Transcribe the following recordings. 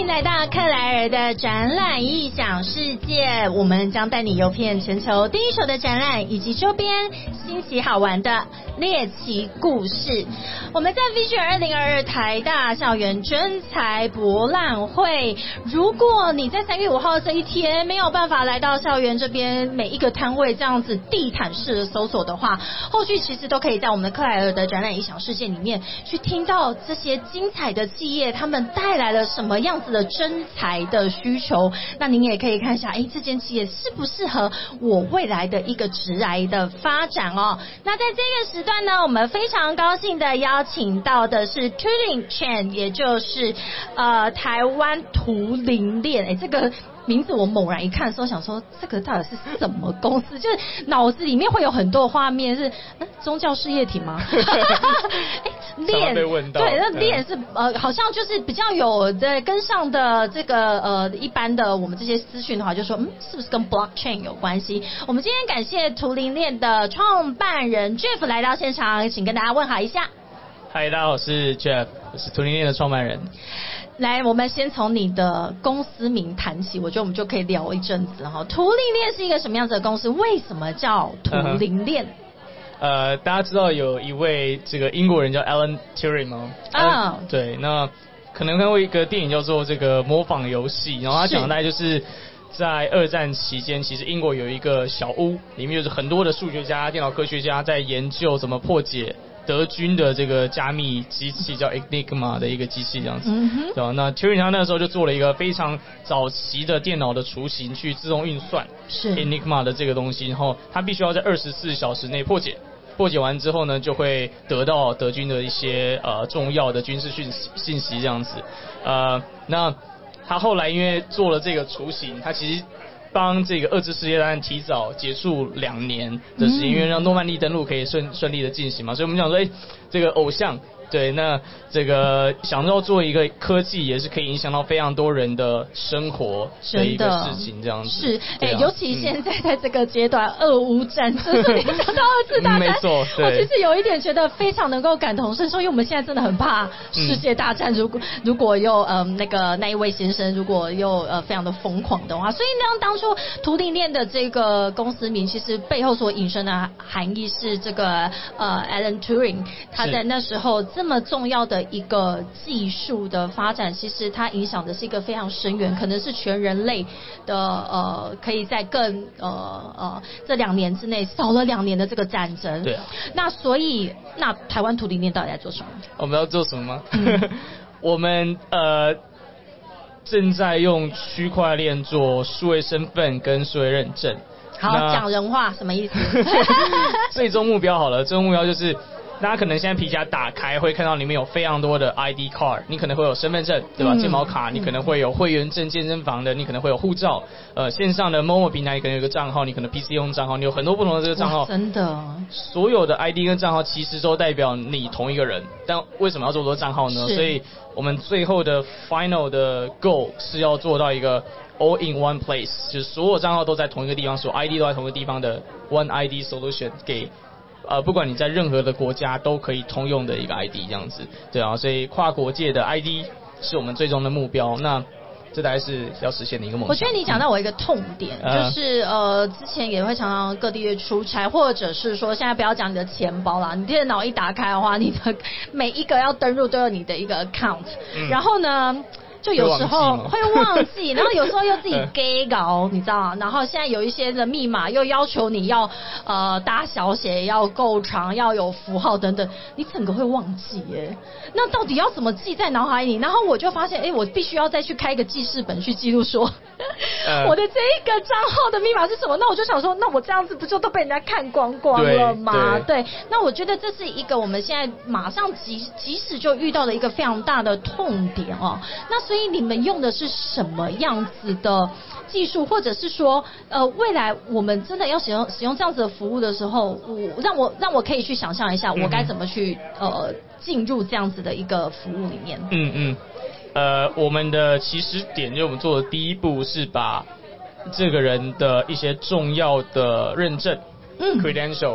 来到克莱尔的展览异想世界，我们将带你游遍全球第一手的展览以及周边新奇好玩的猎奇故事。我们在 Vision 2022台大校园征才博览会，如果你在3月5号这一天没有办法来到校园这边每一个摊位这样子地毯式的搜索的话，后续其实都可以在我们的克莱尔的展览异想世界里面去听到这些精彩的企业他们带来了什么样子的征才的需求。那您也可以看一下，这间企业适不适合我未来的一个职涯的发展哦。那在这个时段呢，我们非常高兴的邀请到的是 Turing Chain， 也就是台湾图灵链。这个名字我猛然一看的时候想说，这个到底是什么公司？就是脑子里面会有很多画面是宗教事业体吗？链，对，那链是好像就是比较有的跟上的这个一般的我们这些资讯的话，就说是不是跟 blockchain 有关系？我们今天感谢图灵链的创办人 Jeff 来到现场，请跟大家问好一下。 嗨，大家好，我是 Jeff， 我是图灵链的创办人。 来，我们先从你的公司名谈起，我觉得我们就可以聊一阵子哈。图灵链是一个什么样子的公司？为什么叫图灵链？ 大家知道有一位这个英国人叫 Alan Turing 吗？对，那可能看过一个电影叫做这个模仿游戏，然后他讲的大概就是在2战期间，其实英国有一个小屋，里面就是很多的数学家、电脑科学家在研究怎么破解德军的这个加密机器，叫 Enigma 的一个机器这样子，对吧？那 Turing 他那时候就做了一个非常早期的电脑的雏形去自动运算 Enigma 的这个东西，然后他必须要在24小时内破解。破解完之后呢，就会得到德军的一些重要的军事信息这样子。那他后来因为做了这个雏形，他其实帮这个2次世界大战提早结束2年的时间，因为让诺曼底登陆可以顺利的进行嘛，所以我们讲说，这个偶像。对，那这个想要做一个科技，也是可以影响到非常多人的生活的一个事情，这样子。 是，尤其现在在这个阶段，俄乌战争，你讲到2次大战， 没错， 我其实有一点觉得非常能够感同身受，因为我们现在真的很怕世界大战，如果又那一位先生如果又非常的疯狂的话，所以当初图灵链的这个公司名，其实背后所引申的含义是这个Alan Turing 他在那时候这么重要的一个技术的发展，其实它影响的是一个非常深远，可能是全人类的可以在更这2年之内少了2年的这个战争。 对啊。 那所以台湾图灵链到底在做什么？ 我们要做什么吗？我们正在用区块链做数位身份跟数位认证。 好，讲人话什么意思？ 最终目标好了，最终目标就是大家可能现在皮夹打开会看到里面有非常多的 ID card， 你可能会有身份证，对吧？健保卡，你可能会有会员证、健身房的，你可能会有护照，线上的 Momo 平台你可能有一个账号，你可能 PC 用账号，你有很多不同的这个账号。 真的，所有的 ID 跟账号其实都代表你同一个人，但为什么要做多账号呢？所以我们最后的 final 的 goal 是要做到一个 all in one place， 就是所有账号都在同一个地方，所有 ID 都在同一个地方的 one ID solution 给。不管你在任何的国家都可以通用的一个 ID 这样子，对啊，所以跨国界的 ID 是我们最终的目标。那这大概是要实现的一个梦想。 我觉得你讲到我一个痛点，就是之前也会常常各地出差，或者是说现在不要讲你的钱包啦，你电脑一打开的话，你的每一个要登入都有你的一个 account，然后呢。就有时候会忘记，然后有时候又自己给搞，你知道吗？然后现在有一些的密码又要求你要大小写，要够长，要有符号等等，你整个会忘记耶。那到底要怎么记在脑海里？然后我就发现，我必须要再去开一个记事本去记录说，我的这一个账号的密码是什么？那我就想说，那我这样子不就都被人家看光光了吗？对，那我觉得这是一个我们现在马上即使就遇到的一个非常大的痛点哦。那所以你们用的是什么样子的技术，或者是说，未来我们真的要使用这样子的服务的时候，让我可以去想象一下，我该怎么去进入这样子的一个服务里面。 我们的起始点，就我们做的第一步是把这个人的一些重要的认证，credential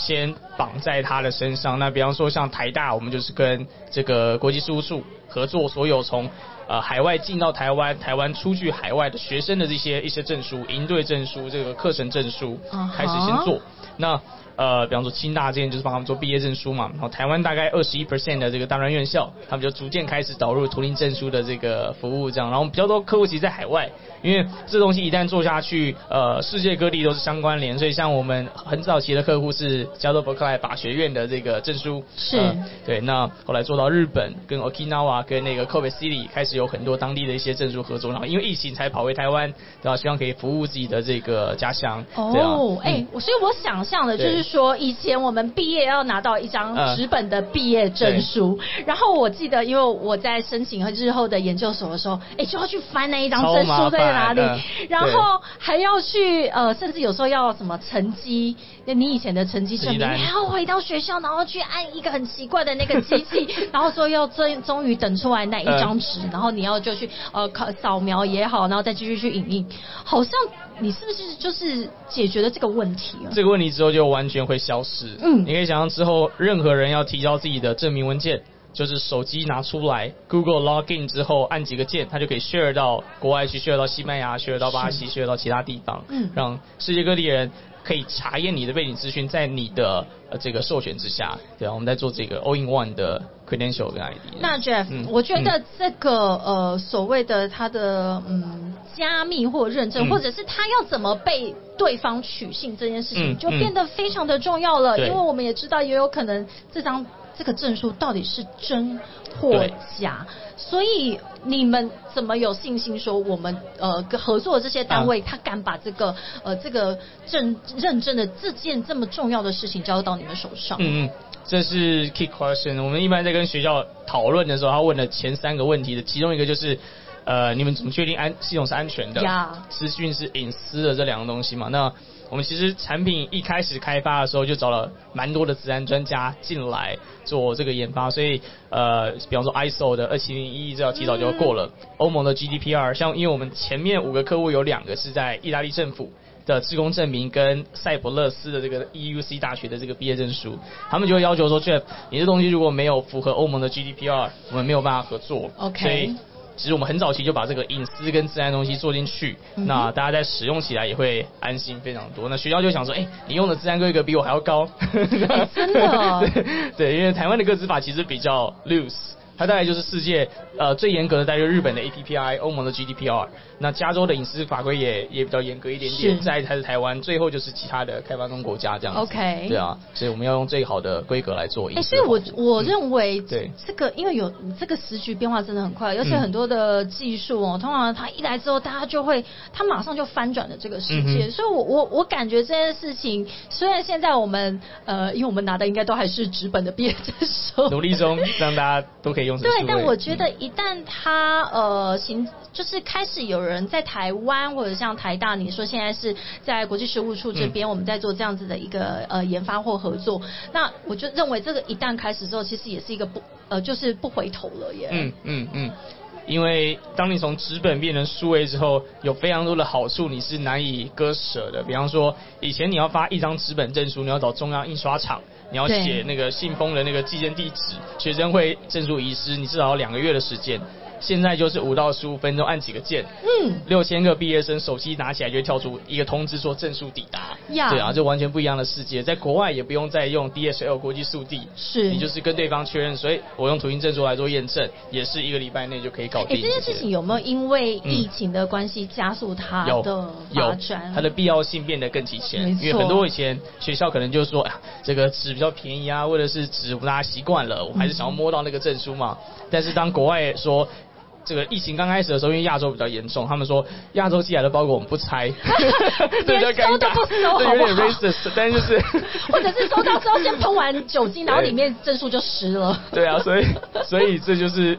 先绑在他的身上。那比方说像台大，我们就是跟这个国际事务处合作，所有从海外进到台湾，台湾出去海外的学生的一些证书、营队证书、这个课程证书开始先做。那比方说清大之前就是帮他们做毕业证书嘛，然后台湾大概21% 的这个大专院校，他们就逐渐开始导入图灵证书的这个服务，这样。然后比较多客户其实在海外，因为这东西一旦做下去，世界各地都是相关联，所以像我们很早期的客户是加州伯克莱法学院的这个证书， 是对。那后来做到日本，跟 Okinawa 跟那个 Kobe City 开始有很多当地的一些证书合作，然后因为疫情才跑回台湾，对吧？希望可以服务自己的这个家乡。 所以我想象的就是说，以前我们毕业要拿到一张纸本的毕业证书，然后我记得，因为我在申请日后的研究所的时候，就要去翻那一张证书在哪里，然后还要去甚至有时候要什么成绩，你以前的成绩证明，还要回到学校，然后去按一个很奇怪的那个机器，然后说要终于等出来那一张纸，然后你要就去扫描也好，然后再继续去影印，好像你是不是就是解决了这个问题啊？ 这个问题之后就完全会消失。你可以想象之后任何人要提交自己的证明文件，就是手机拿出来 Google Login 之后按几个键，它就可以 share 到国外去， share 到西班牙， share 到巴西， share 到其他地方，让世界各地人可以查验你的背景资讯，在你的这个授权之下。对啊，我们在做这个 all in one 的 credential 跟 ID。 那 Jeff，我觉得这个所谓的他的加密或认证，或者是他要怎么被对方取信这件事情，就变得非常的重要了。因为我们也知道，也有可能这个证书到底是真或假，所以你们怎么有信心说我们合作的这些单位，他敢把这个认证的这件这么重要的事情交到你们手上？ 这是 key question。我们一般在跟学校讨论的时候，他问的前3个问题的其中一个就是你们怎么确定系统是安全的？资讯是隐私的这2个东西嘛？那我们其实产品一开始开发的时候就找了蛮多的资安专家进来做这个研发，所以比方说 ISO 的27011这条提早就过了，欧盟的 GDPR， 像因为我们前面5个客户有2个是在意大利政府的志工证明跟塞浦路斯的这个 EUC 大学的这个毕业证书，他们就会要求说 Jeff， 你这东西如果没有符合欧盟的 GDPR， 我们没有办法合作。所以其实我们很早期就把这个隐私跟自然的东西做进去，那大家在使用起来也会安心非常多。那学校就想说，你用的自然规格比我还要高， 真的对，因为台湾的个资法其实比较 loose。它大概就是世界最严格的，大概日本的 APPI， 欧盟的 GDPR， 那加州的隐私法规也比较严格一点点，再才是台湾，最后就是其他的开发中国家这样子。 OK， 对啊，所以我们要用最好的规格来做隐私。 所以我认为这个因为有这个时局变化真的很快，而且很多的技术通常它一来之后，大家它马上就翻转了这个世界。所以我感觉这件事情，虽然现在我们因为我们拿的应该都还是纸本的毕业证书， 努力中让大家都可以用。 对，但我觉得一旦它就是开始有人在台湾或者像台大，你说现在是在国际事务处这边，我们在做这样子的一个研发或合作，那我就认为这个一旦开始之后，其实也是一个就是不回头了耶。 因为当你从纸本变成数位之后，有非常多的好处你是难以割舍的。比方说，以前你要发一张纸本证书，你要找中央印刷厂，你要写那个信封的那个寄件地址，学生会证书遗失，你至少要2个月的时间。现在就是5到15分钟按几个键，6000个毕业生手机拿起来就会跳出一个通知说证书抵达。对啊，这完全不一样的世界。在国外也不用再用 DHL 国际速递，你就是跟对方确认，所以我用图形证书来做验证，也是1个礼拜内就可以搞定。 这件事情有没有因为疫情的关系加速它的发展？ 它的必要性变得更提前，因为很多以前学校可能就说，这个纸比较便宜啊，或者是纸大家习惯了，我还是想要摸到那个证书嘛。但是当国外说这个疫情刚开始的时候，因为亚洲比较严重，他们说亚洲寄来的包裹我们不拆， 对，比较尴尬， 对，有点 racist， 但是就是或者是收到之后先喷完酒精，然后里面证书就湿了。 对啊，所以这就是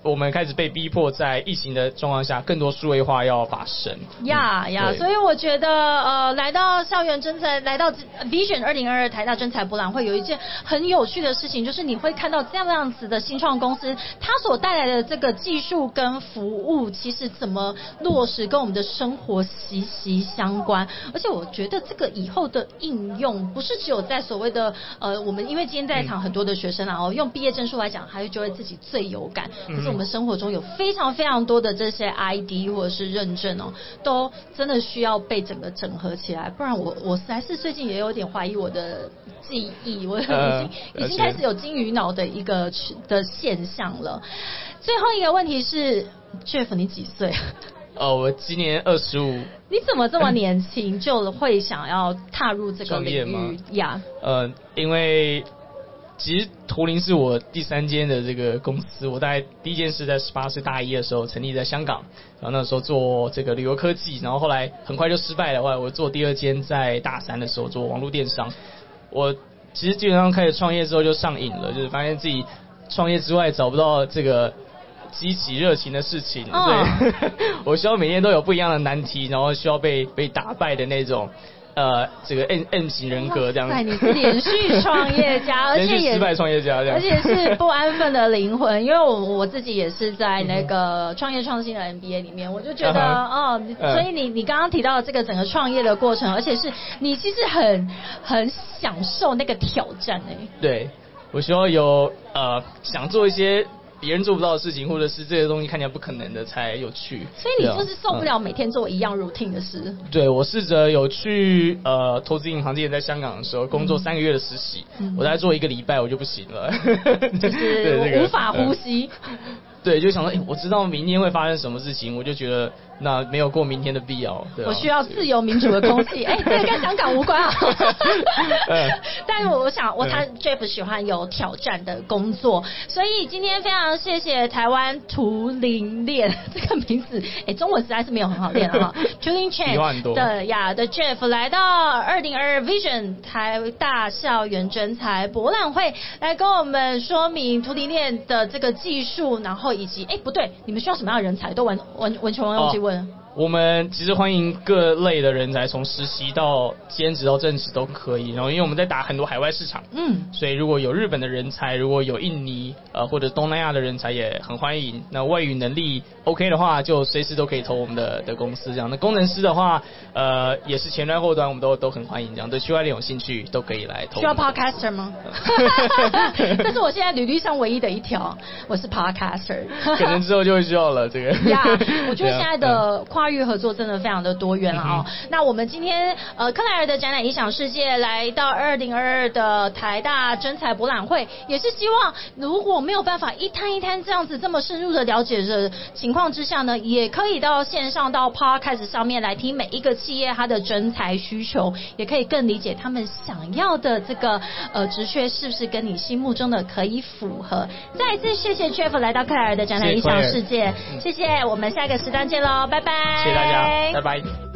我们开始被逼迫在疫情的状况下，更多数位化要发生。 所以我觉得来到校园征才，来到 Vision 2022台大征才博览会，有一件很有趣的事情，就是你会看到这样子的新创公司，它所带来的这个技术跟服务，其实怎么落实，跟我们的生活息息相关。而且我觉得这个以后的应用，不是只有在所谓的我们因为今天在场很多的学生用毕业证书来讲，还会觉得自己最有感。可是我们生活中有非常非常多的这些 ID 或者是认证都真的需要被整个整合起来，不然我实在是最近也有点怀疑我的记忆，我已经开始有金鱼脑的一个的现象了。最后一个问题是 Jeff 你几岁？ 我今年25。 你怎么这么年轻就会想要踏入这个领域呀？ 因为其实图灵是我第3间的这个公司，我大概第一件是在18岁大一的时候成立在香港，然后那时候做这个旅游科技，然后后来很快就失败了，后来我做第2间在大3的时候做网络电商。我其实基本上开始创业之后就上瘾了，就是发现自己创业之外找不到这个激起热情的事情，对，我需要每天都有不一样的难题，然后需要被打败的那种这个 M 型人格这样子。 你是连续创业家，而且也失败创业家这样， 而且是不安分的灵魂。因为我自己也是在那个创业创新的 MBA 里面，我就觉得所以你刚刚提到的这个整个创业的过程，而且是你其实很享受那个挑战对，我需要有想做一些别人做不到的事情，或者是这个东西看起来不可能的才有趣。 所以你就是受不了每天做一样 routine 的事。 对，我试着有去投资银行，之前在香港的时候工作3个月的实习，我大概做1个礼拜我就不行了， 就是无法呼吸。 对，就想说，我知道明天会发生什么事情，我就觉得那没有过明天的必要。对我需要自由民主的空气。这个跟香港无关啊。但是我想，他 Jeff 喜欢有挑战的工作，所以今天非常谢谢台湾图灵链这个名字，中文实在是没有很好念哈。图灵 Chain 的 Jeff 来到2022 Vision 台大校园征才博览会，来跟我们说明图灵链的这个技术，然后以及不对，你们需要什么样的人才？都完全忘记问。 我们其实欢迎各类的人才，从实习到兼职到正职都可以。然后因为我们在打很多海外市场，所以如果有日本的人才，如果有印尼或者东南亚的人才也很欢迎。那外语能力 OK 的话，就随时都可以投我们的公司这样。那工程师的话，也是前端后端我们都很欢迎这样。对区块链有兴趣都可以来投。 需要 Podcaster 吗？这是我现在履历上唯一的一条，我是 Podcaster。 可能之后就会需要了这个。 我觉得现在的跨域合作真的非常的多元了那我们今天克莱尔的展览影响世界来到2022的台大征才博览会，也是希望如果没有办法一摊一摊这样子这么深入的了解的情况之下呢，也可以到线上到 Podcast 上面来听每一个企业它的征才需求，也可以更理解他们想要的这个职缺是不是跟你心目中的可以符合。再一次谢谢 Jeff 来到克莱尔的展览影响世界，谢谢，我们下一个时段见喽，拜拜。 谢谢大家，拜拜。